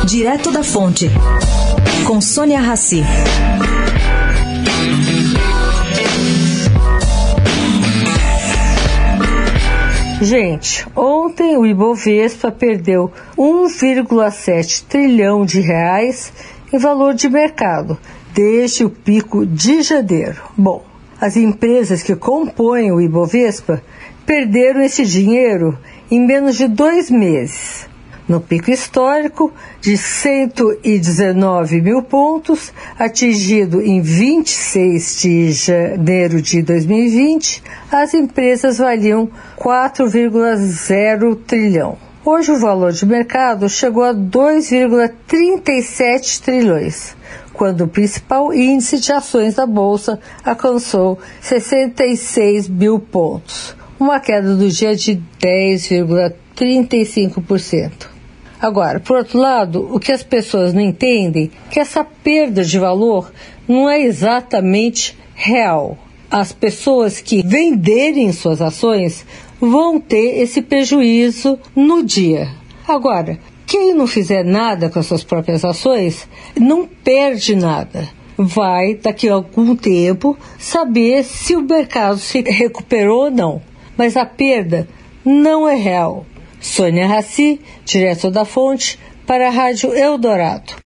Direto da Fonte, com Sônia Rassi. Gente, ontem o Ibovespa perdeu 1,7 trilhão de reais em valor de mercado, desde o pico de janeiro. Bom, as empresas que compõem o Ibovespa perderam esse dinheiro em menos de 2 meses. No pico histórico de 119 mil pontos, atingido em 26 de janeiro de 2020, as empresas valiam 4,0 trilhão. Hoje o valor de mercado chegou a 2,37 trilhões, quando o principal índice de ações da Bolsa alcançou 66 mil pontos, uma queda do dia de 10,35%. Agora, por outro lado, o que as pessoas não entendem é que essa perda de valor não é exatamente real. As pessoas que venderem suas ações vão ter esse prejuízo no dia. Agora, quem não fizer nada com as suas próprias ações não perde nada. Vai, daqui a algum tempo, saber se o mercado se recuperou ou não. Mas a perda não é real. Sônia Rassi, direto da Fonte, para a Rádio Eldorado.